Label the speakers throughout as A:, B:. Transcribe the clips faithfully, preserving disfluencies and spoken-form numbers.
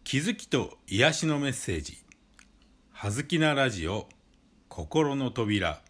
A: 気づきと癒しのメッセージ、はずきなラジオ心の扉。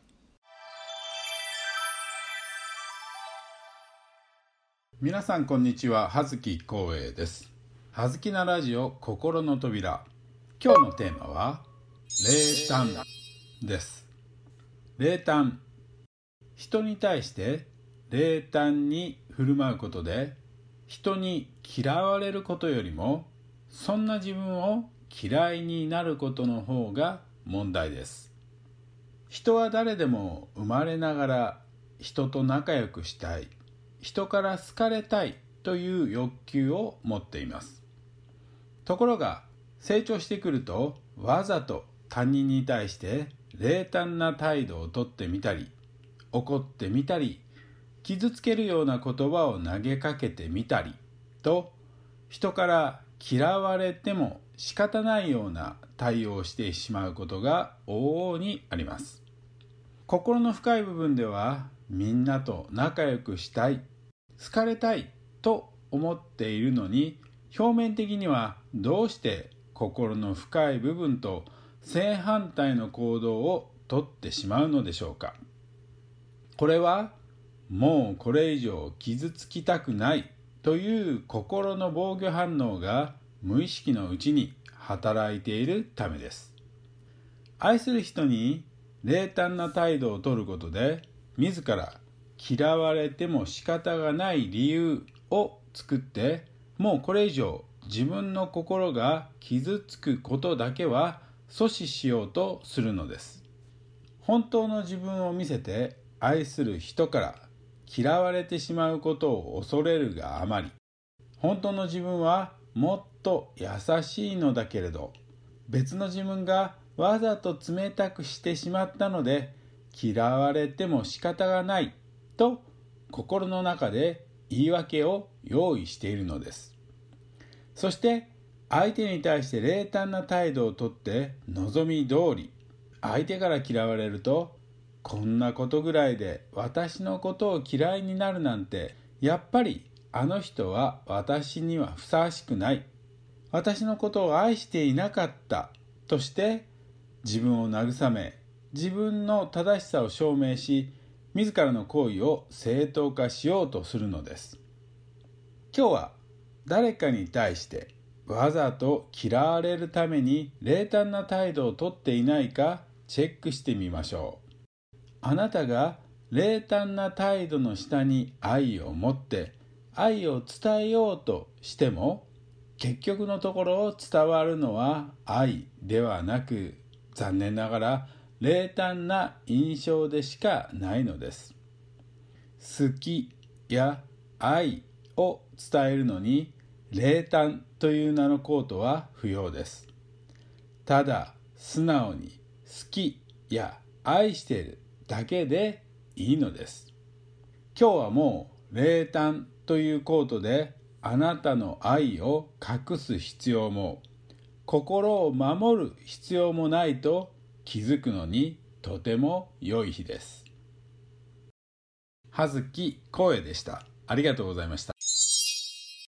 A: 皆さんこんにちは、葉月光栄です。はずきなラジオ心の扉。今日のテーマは冷淡です。冷淡、人に対して冷淡に振る舞うことで、人に嫌われることよりもそんな自分を嫌いになることの方が問題です。人は誰でも生まれながら人と仲良くしたい、人から好かれたいという欲求を持っています。ところが成長してくると、わざと他人に対して冷淡な態度をとってみたり、怒ってみたり、傷つけるような言葉を投げかけてみたりと、人から嫌われても仕方ないような対応をしてしまうことが往々にあります。心の深い部分では、みんなと仲良くしたい、好かれたいと思っているのに、表面的にはどうして心の深い部分と正反対の行動をとってしまうのでしょうか。これはもうこれ以上傷つきたくないという心の防御反応が無意識のうちに働いているためです。愛する人に冷淡な態度をとることで、自ら嫌われても仕方がない理由を作って、もうこれ以上自分の心が傷つくことだけは阻止しようとするのです。本当の自分を見せて、愛する人から嫌われてしまうことを恐れるがあまり、本当の自分はもっと優しいのだけれど、別の自分がわざと冷たくしてしまったので、嫌われても仕方がないと心の中で言い訳を用意しているのです。そして相手に対して冷淡な態度をとって、望み通り相手から嫌われると、こんなことぐらいで私のことを嫌いになるなんて、やっぱりあの人は私にはふさわしくない、私のことを愛していなかったとして自分を慰め、自分の正しさを証明し、自らの行為を正当化しようとするのです。今日は誰かに対してわざと嫌われるために冷淡な態度をとっていないかチェックしてみましょう。あなたが冷淡な態度の下に愛を持って愛を伝えようとしても、結局のところ伝わるのは愛ではなく、残念ながら冷淡な印象でしかないのです。好きや愛を伝えるのに冷淡という名のコートは不要です。ただ素直に好きや愛しているだけでいいのです。今日はもう冷淡というコートであなたの愛を隠す必要も、心を守る必要もないと気づくのにとても良い日です。葉月光栄でした。ありがとうございました。